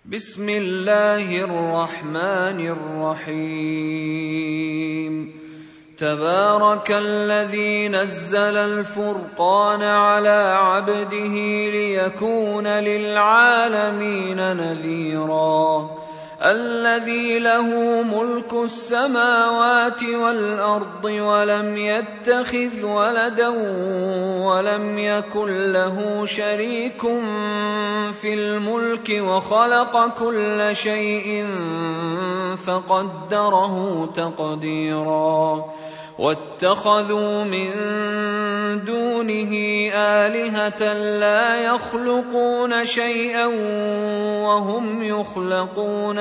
بسم الله الرحمن الرحيم تبارك الذي نزل الفرقان على عبده ليكون للعالمين نذيرا الذي له ملك السماوات والأرض ولم يتخذ ولدا ولم يكن له شريك في الملك وخلق كل شيء فقدره تقديرا واتخذوا من دونه آلهة لا يخلقون شيئا وهم يخلقون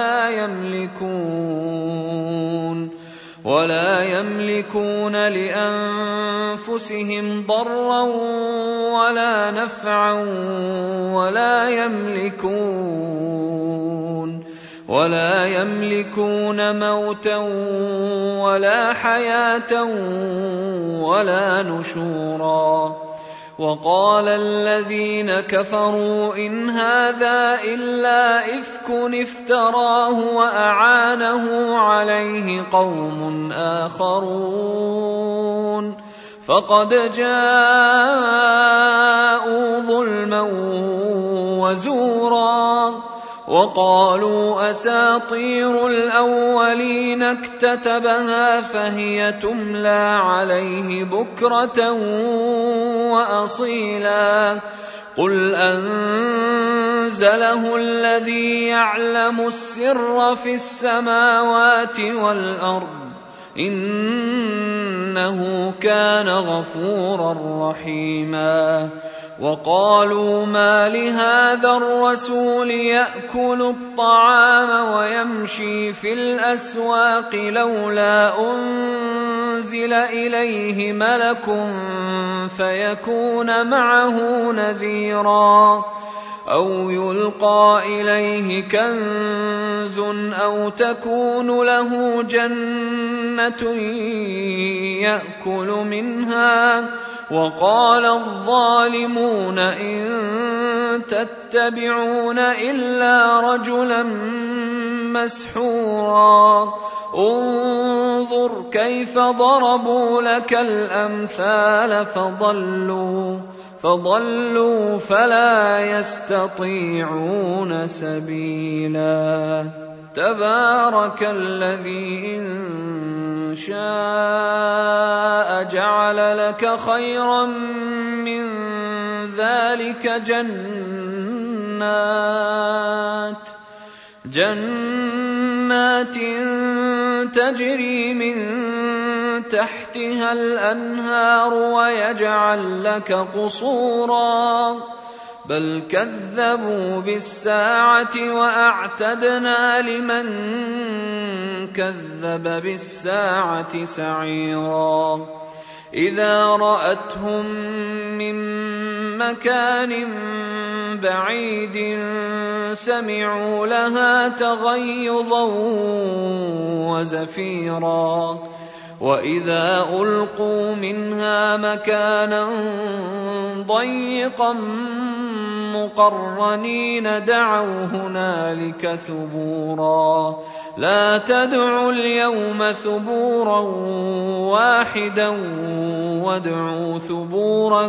ولا يملكون لأنفسهم ضرا ولا نفعا ولا يملكون موتا ولا حياة ولا نشورا وقال الذين كفروا إن هذا إلا إفك افتراه وأعانه عليه قوم آخرون فقد جاءوا ظلما وزورا وقالوا أساطير الأولين اكتتبها فهي تملى عليه بكرة وأصيلا قل أنزله الذي يعلم السر في السماوات والأرض إنه كان غفورا رحيما وقالوا ما لهذا الرسول يأكل الطعام ويمشي في الأسواق لولا أنزل إليه ملك فيكون معه نذيرا أو يلقى إليه كنز أو تكون له جنة يأكل منها وقال الظالمون إن تتبعون إلا رجلا مسحورا انظر كيف ضربوا لك الأمثال فضلوا فلا يستطيعون سبيلا تبارك الذي إن شاء جعل لك خيرا من ذلك جنات تجري من تحتها الأنهار ويجعل لك قصورا بل كذبوا بالساعة وأعتدنا لمن كذب بالساعة سعيرا إذا رأتهم من مكان بعيد سمعوا لها تغيظا وزفيرا وإذا ألقوا منها مكانا ضيقا مقرنين دعوا هنالك ثبورا لا تدعوا اليوم ثبورا واحدا وادعوا ثبورا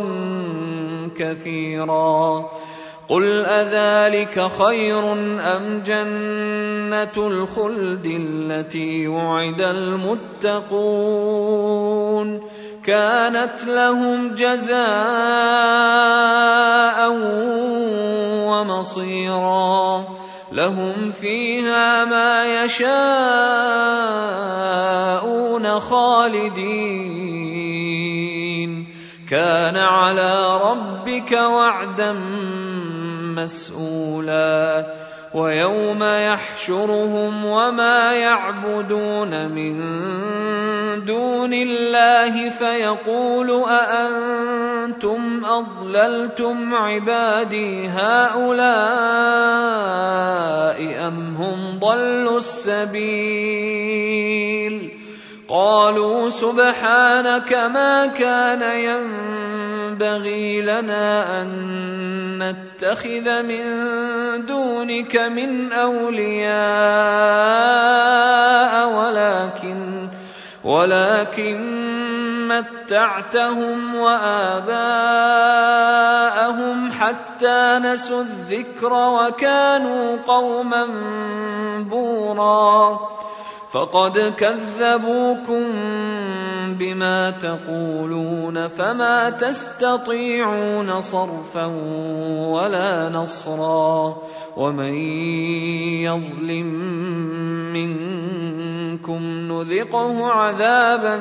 كثيرا قل أذلك خير أم جنة الخلد التي وعد المتقون كانت لهم جزاء ومصيرا لهم فيها ما يشاءون خالدين كان على ربك وعدا مسؤولا ويوم يحشرهم وما يعبدون من دون الله فيقول أأنتم أضللتم عبادي هؤلاء أم هم ضلوا السبيل قالوا سبحانك ما كان ينبغي ينبغي لنا أن نتخذ من دونك من أولياء ولكن متعتهم وآباءهم حتى نسوا الذكر وكانوا قوما بورا فقد كذبوكم بما تقولون فما تستطيعون صرفا ولا نصرا ومن يظلم منكم نذقه عذابا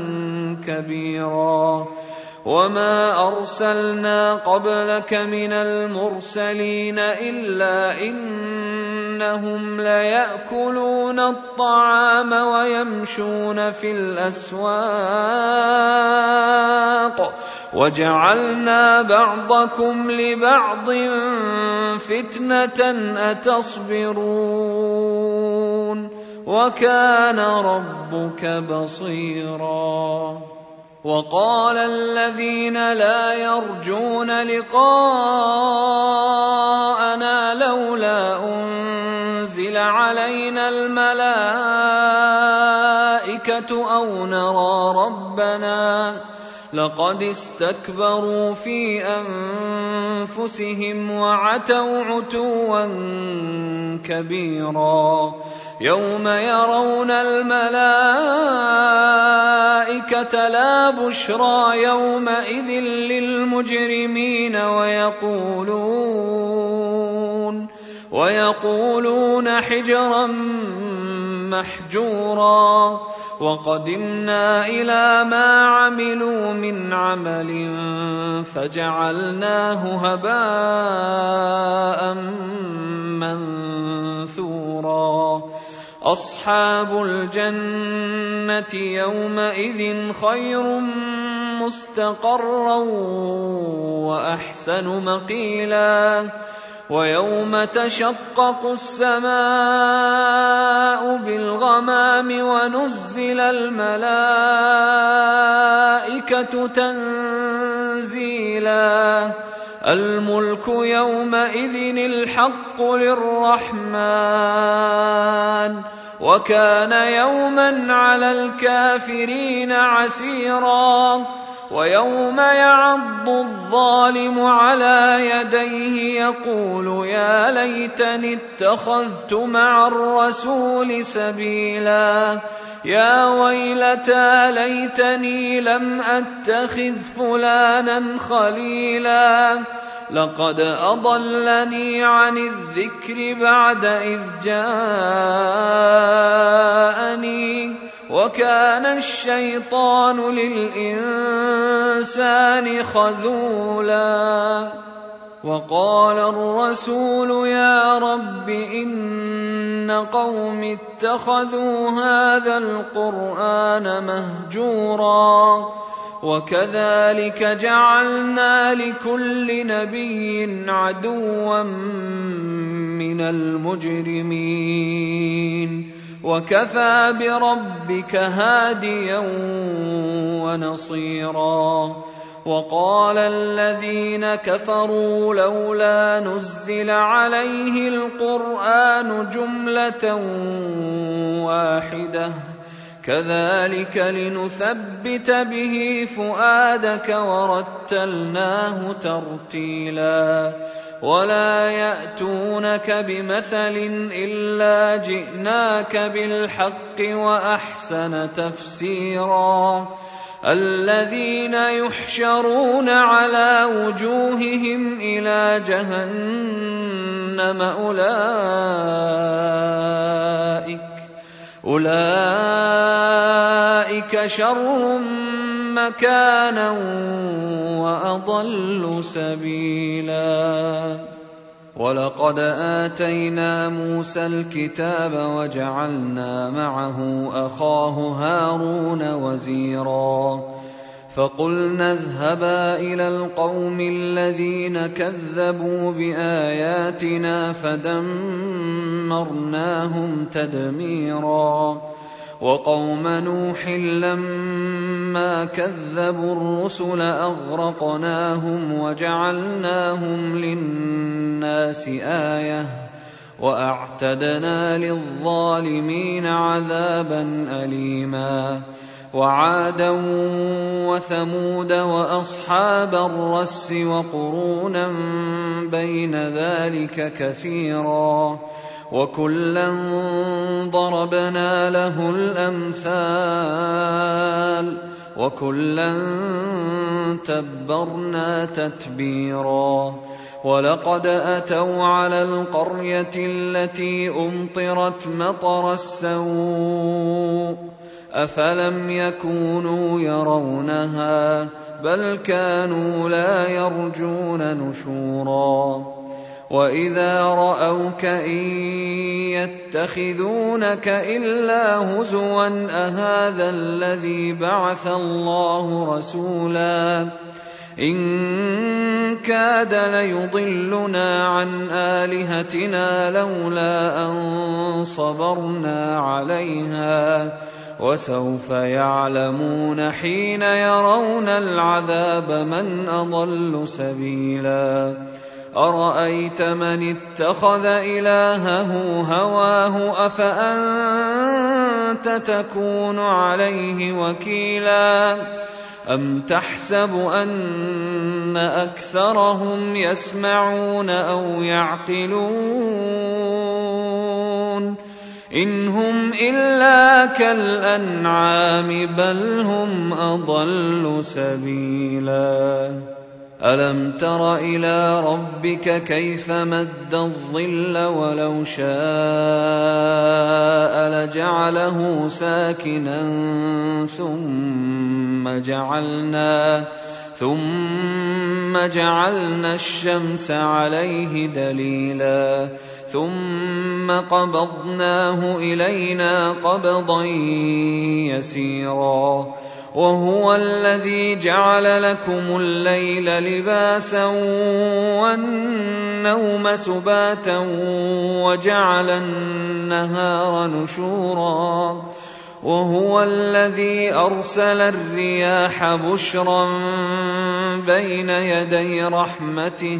كبيرا وما أرسلنا قبلك من المرسلين إلا إنهم ليأكلون الطعام ويمشون في الأسواق وجعلنا بعضكم لبعض فتنة أتصبرون وكان ربك بصيرا وقال الذين لا يرجون لقاءنا لولا أنزل علينا الملائكة أو نرى ربنا لقد استكبروا في أنفسهم وعتوا عتوا كبيرا يوم يرون الملائكة لا بشرى يومئذ للمجرمين ويقولون حجرا محجورا وقدمنا إلى ما عملوا من عمل فجعلناه هباء منثورا أصحاب الجنة يومئذ خير مستقرا وأحسن مقيلا ويوم تشقق السماء بالغمام ونزل الملائكة تنزيلا الملك يومئذ الحق للرحمن وكان يوما على الكافرين عسيرا ويوم يعض الظالم على يديه يقول يا ليتني اتخذت مع الرسول سبيلا يا ويلتى ليتني لم أتخذ فلانا خليلا لقد أضلني عن الذكر بعد إذ جاءني وكان الشيطان للإنسان خذولا وقال الرسول يا رب إن قوم اتخذوا هذا القرآن مهجورا وكذلك جعلنا لكل نبي عدوا من المجرمين وكفى بربك هاديا ونصيرا وقال الذين كفروا لولا نزل عليه القرآن جملة واحدة كذلك لنثبت به فؤادك ورتلناه ترتيلا ولا يأتونك بمثل إلا جئناك بالحق وأحسن تفسيرا الذين يحشرون على وجوههم إلى جهنم أولئك شر مكانا وأضل سبيلا ولقد آتينا موسى الكتاب وجعلنا معه أخاه هارون وزيرا فقلنا اذهبا إلى القوم الذين كذبوا بآياتنا فدمرناهم تدميرا وقوم نوح لما كذبوا الرسل أغرقناهم وجعلناهم للناس آية وأعتدنا للظالمين عذابا أليما وعادا وثمود وأصحاب الرس وقرونا بين ذلك كثيرا وكلا ضربنا له الأمثال وكلا تبرنا تتبيرا ولقد أتوا على القرية التي أمطرت مطر السوء أفلم يكونوا يرونها بل كانوا لا يرجون نشورا وإذا رأوك إن يتخذونك إلا هزوا أهذا الذي بعث الله رسولا إن كاد ليضلنا عن آلهتنا لولا أن صبرنا عليها وسوف يعلمون حين يرون العذاب من أضل سبيلا أرأيت من اتخذ إلهه هواه أفأنت تكون عليه وكيلا أم تحسب أن أكثرهم يسمعون أو يعقلون إن هم إلا كالأنعام بل هم أضل سبيلا ألم تر إلى ربك كيف مد الظل ولو شاء لجعله ساكنا ثم جعلنا الشمس عليه دليلا ثم قبضناه إلينا قبضا يسيرا وهو الذي جعل لكم الليل لباسا والنوم سباتا وجعل النهار نشورا وهو الذي أرسل الرياح بشرا بين يدي رحمته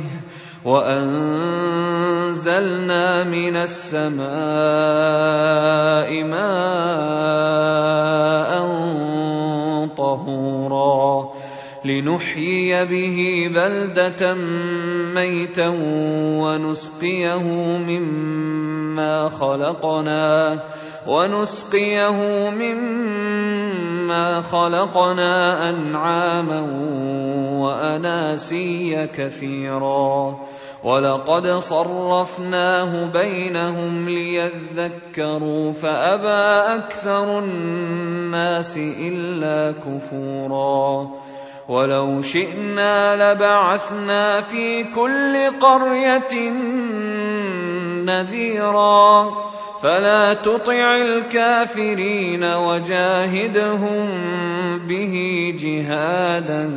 وأنزلنا من السماء ماء طهورا لنحيي به بلدة ميتا ونسقيه مما خلقنا أنعاما وأناسيا كثيرا ولقد صرفناه بينهم ليذكروا فأبى أكثر الناس إلا كفورا ولو شئنا لبعثنا في كل قرية نذيرا فلا تطع الكافرين وجاهدهم به جهادا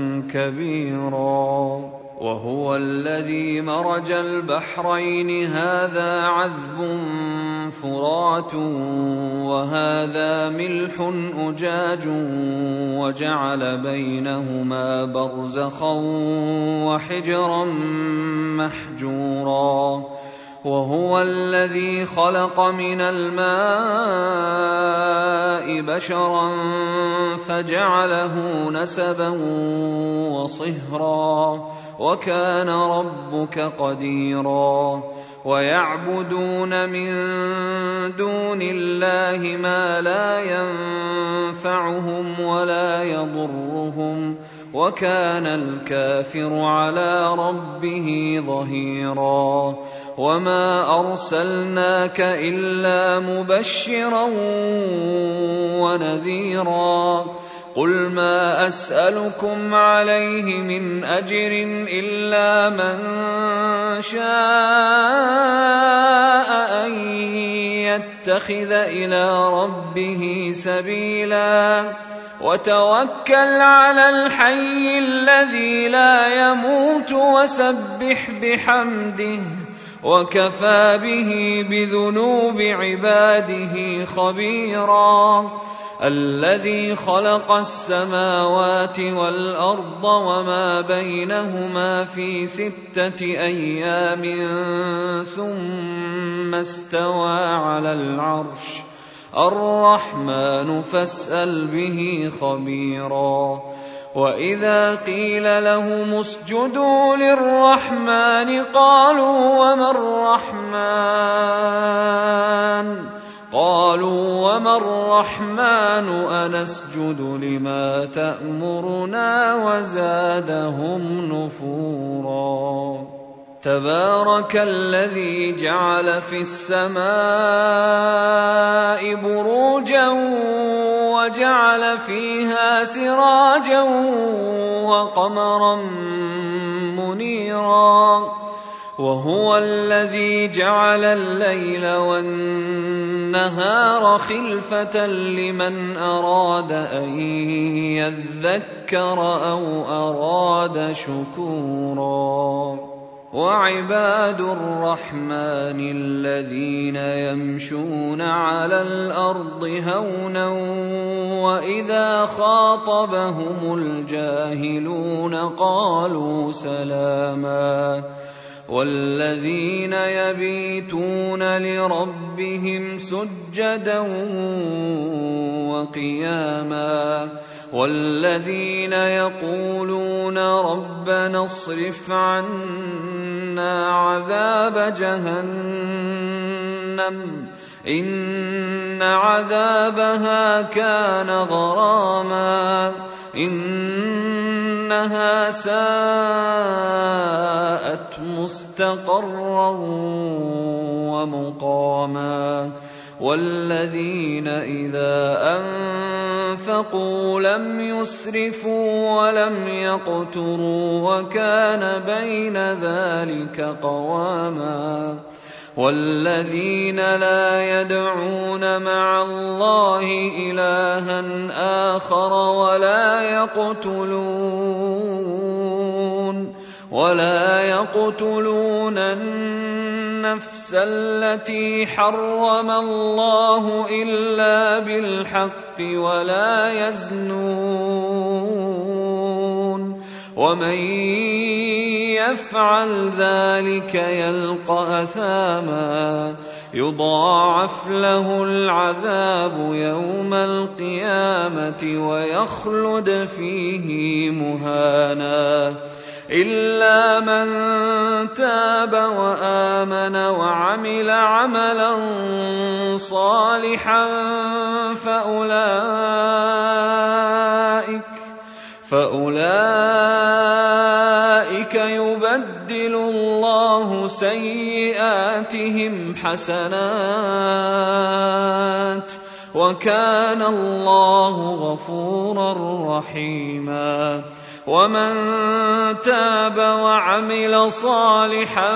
كبيرا وهو الذي مرج البحرين هذا عذب فرات وهذا ملح أجاج وجعل بينهما برزخا وحجرا محجورا وهو الذي خلق من الماء بشرا فجعله نسبا وصهرا وكان ربك قديرا ويعبدون من دون الله ما لا ينفعهم ولا يضرهم وكان الكافر على ربه ظهيرا وما أرسلناك إلا مبشرا ونذيرا قل ما أسألكم عليه من أجر إلا من شاء أن يتخذ إلى ربه سبيلا وتوكل على الحي الذي لا يموت وكفى به بذنوب عباده خبيرا الذي خلق السماوات والأرض وما بينهما في 6 أيام ثم استوى على العرش الرحمن فاسأل به خبيرا وإذا قيل لهم اسجدوا للرحمن قالوا وما الرحمن أنسجد لما تأمرنا وزادهم نفورا تبارك الذي جعل في السماء بروجا وجعل فيها سراجا وقمرا منيرا وهو الذي جعل الليل والنهار خلفة لمن أراد أن يذكر أو أراد شكورا وعباد الرحمن الذين يمشون على الأرض هونا وإذا خاطبهم الجاهلون قالوا سلاما والذين يبيتون لربهم سجدا وقياما والذين يقولون ربنا اصرف عنا عذاب جهنم إن عذابها كان غراما إنها ساءت مستقرا ومقاما والذين إذا أنفقوا لم يسرفوا ولم يقتروا وكان بين ذلك قواما والذين لا يدعون مع الله إلها آخر ولا يقتلون النفس التي حرم الله إلا بالحق ولا يزنون ومن يفعل ذلك يلقى أثاما يضاعف له العذاب يوم القيامة ويخلد فيه مهانا إلا من تاب وآمن وعمل عملا صالحا فأولئك يبدل الله سيئاتهم حسنات وكان الله غفورا رحيما ومن تاب وعمل صالحا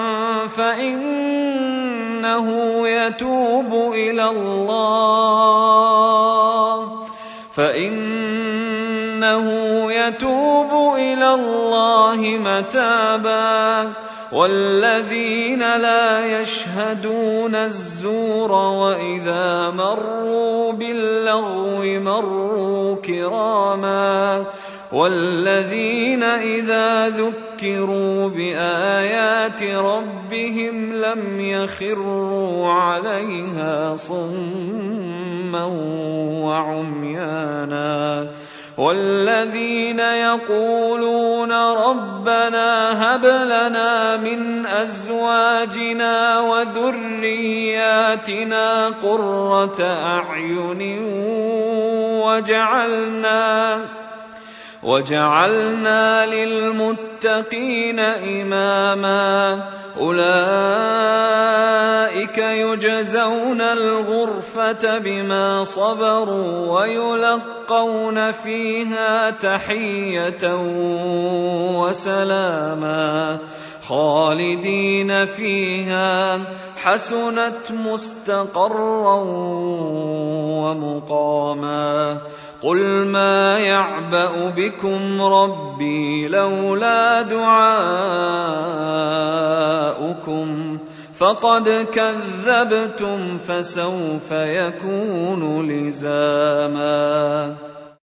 فإنه يتوب إلى الله متابا والذين لا يشهدون الزور وإذا مروا باللغو مروا كراما والذين إذا ذكروا بآيات ربهم لم يخروا عليها صما وعميانا والذين يقولون ربنا هب لنا من أزواجنا وذرياتنا قرة أعين وجعلنا للمتقين إماما أولئك يجزون الغرفة بما صبروا ويلقون فيها تحية وسلاما خالدين فيها حسنت مستقرا ومقاما قل ما يعبأ بكم ربي لولا دعاؤكم فقد كذبتم فسوف يكون لزاما.